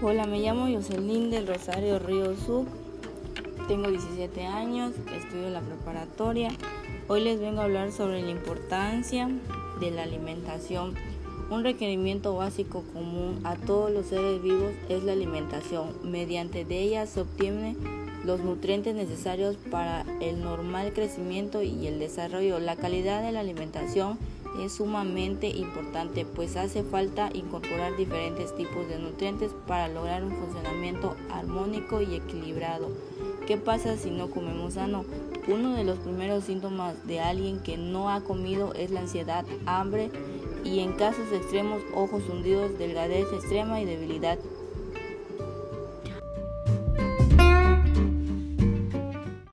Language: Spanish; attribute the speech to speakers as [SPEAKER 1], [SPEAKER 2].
[SPEAKER 1] Hola, me llamo Jocelyn del Rosario Ríos Suc, tengo 17 años, estudio en la preparatoria. Hoy les vengo a hablar sobre la importancia de la alimentación. Un requerimiento básico común a todos los seres vivos es la alimentación. Mediante de ella se obtienen los nutrientes necesarios para el normal crecimiento y el desarrollo. La calidad de la alimentación es sumamente importante, pues hace falta incorporar diferentes tipos de nutrientes para lograr un funcionamiento armónico y equilibrado. ¿Qué pasa si no comemos sano? Uno de los primeros síntomas de alguien que no ha comido es la ansiedad, hambre y en casos extremos ojos hundidos, delgadez extrema y debilidad